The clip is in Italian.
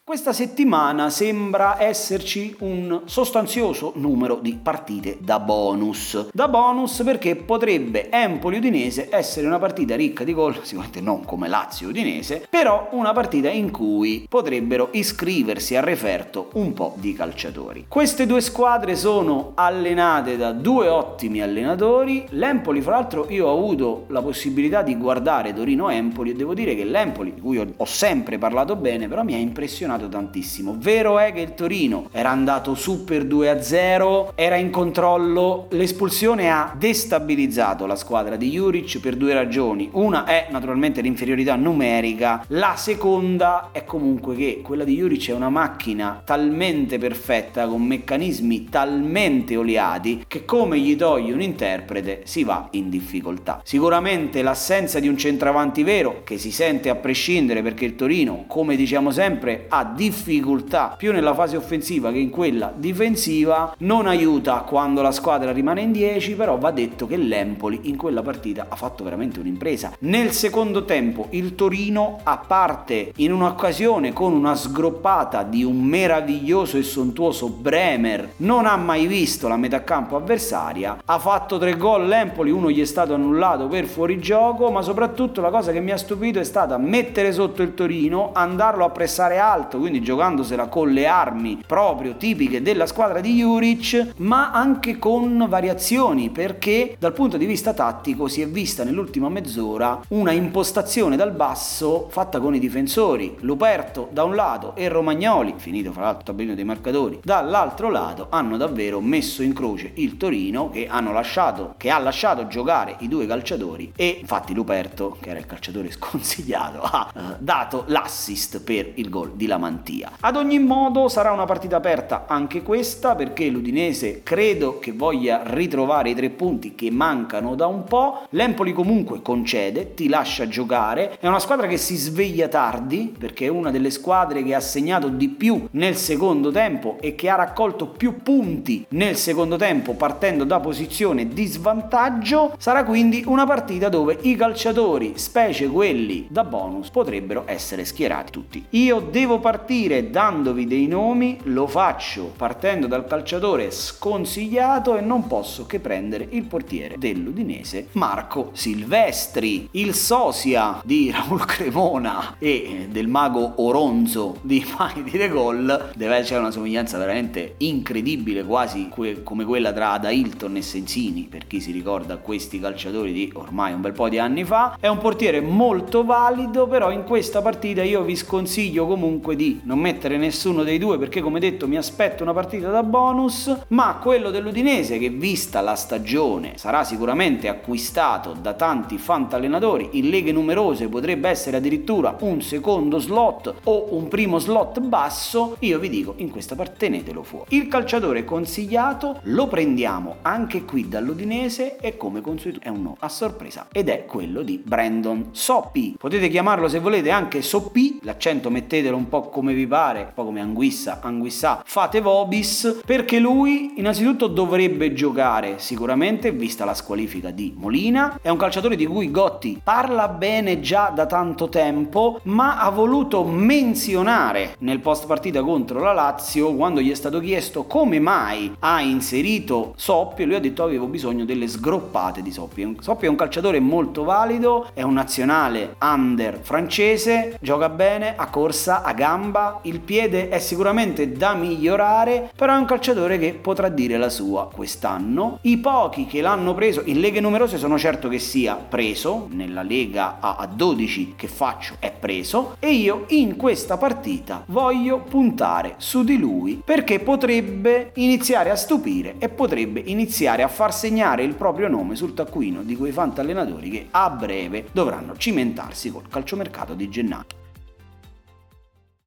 Questa settimana sembra esserci un sostanzioso numero di partite da bonus. Da bonus perché potrebbe Empoli-Udinese essere una partita ricca di gol, sicuramente non come Lazio-Udinese, però una partita in cui potrebbero iscriversi a referto un po' di calciatori. Queste due squadre sono allenate da due ottimi allenatori. L'Empoli, fra l'altro, io ho avuto la possibilità di guardare Torino-Empoli e devo dire che l'Empoli, di cui ho sempre parlato bene, però mi ha impressionato tantissimo. Vero è che il Torino era andato su per 2-0, era in controllo, l'espulsione ha destabilizzato la squadra di Juric per due ragioni. Una è naturalmente l'inferiorità numerica, la seconda è comunque che quella di Juric è una macchina talmente perfetta, con meccanismi talmente oliati, che come gli togli un interprete si va in difficoltà. Sicuramente l'assenza di un centravanti vero, che si sente a prescindere perché il Torino, come diciamo sempre, ha difficoltà più nella fase offensiva che in quella difensiva, non aiuta quando la squadra rimane in 10, però va detto che l'Empoli in quella partita ha fatto veramente un'impresa. Nel secondo tempo il Torino, a parte in un'occasione con una sgroppata di un meraviglioso e sontuoso Bremer, non ha mai visto la metà campo avversaria, ha fatto 3 gol l'Empoli, uno gli è stato annullato per fuorigioco, ma soprattutto la cosa che mi ha stupito è stata mettere sotto il Torino, andarlo a pressare alto, quindi giocandosela con le armi proprio tipiche della squadra di Juric, ma anche con variazioni, perché dal punto di vista tattico si è vista nell'ultima mezz'ora una impostazione dal basso fatta con i difensori. Luperto da un lato e Romagnoli, finito fra l'altro il tabellino dei marcatori, dall'altro lato, hanno davvero messo in croce il Torino, che ha lasciato giocare i due calciatori, e infatti Luperto, che era il calciatore sconsigliato, ha dato l'assist per il gol di Lamantia. Ad ogni modo sarà una partita aperta anche questa, perché l'Udinese credo che voglia ritrovare i 3 punti che mancano da un po'. L'Empoli comunque concede, ti lascia giocare, è una squadra che si sveglia tardi, perché è una delle squadre che ha segnato di più nel secondo tempo e che ha raccolto più punti nel secondo tempo partendo da posizione di svantaggio. Sarà quindi una partita dove i calciatori, specie quelli da bonus, potrebbero essere schierati tutti. Io devo partire dandovi dei nomi, lo faccio partendo dal calciatore sconsigliato e non posso che prendere il portiere dell'Udinese, Marco Silvestri, il sosia di Raul Cremona e del mago Oronzo di Mai di Gol. Deve essere una somiglianza veramente incredibile, quasi come quella tra Ada Hilton e Sensini, per chi si ricorda questi calciatori di ormai un bel po' di anni fa. È un portiere molto valido, però in questa partita io vi sconsiglio comunque di non mettere nessuno dei due, perché come detto mi aspetto una partita da bonus, ma quello dell'Udinese, che vista la stagione sarà sicuramente acquistato da tanti fantallenatori in leghe numerose, potrebbe essere addirittura un secondo slot o un primo slot basso, io vi dico in questa parte tenetelo fuori. Il calciatore consigliato lo prendiamo anche qui dall'Udinese e come consuetudo è un no a sorpresa, ed è quello di Brandon Soppi. Potete chiamarlo se volete anche Soppi, l'accento mettetelo un po' come vi pare, un po' come Anguissa, fate vobis, perché lui innanzitutto dovrebbe giocare sicuramente, vista la squalifica di Molina. È un calciatore di cui Gotti parla bene già da tanto tempo, ma ha voluto menzionare nel post partita contro la Lazio, quando gli è stato chiesto come mai ha inserito Soppi, e lui ha detto avevo bisogno delle sgroppate di Soppi. Soppi è un calciatore molto valido, è un nazionale under francese, gioca bene a corsa, a gamba, il piede è sicuramente da migliorare, però è un calciatore che potrà dire la sua quest'anno. I pochi che l'hanno preso in leghe numerose sono certo che sia preso, nella lega a 12 che faccio è preso, e io in questa partita voglio puntare su di lui, perché potrebbe iniziare a stupire e potrebbe iniziare a far segnare il proprio nome sul taccuino di quei fantallenatori che a breve dovranno cimentarsi col calciomercato di gennaio.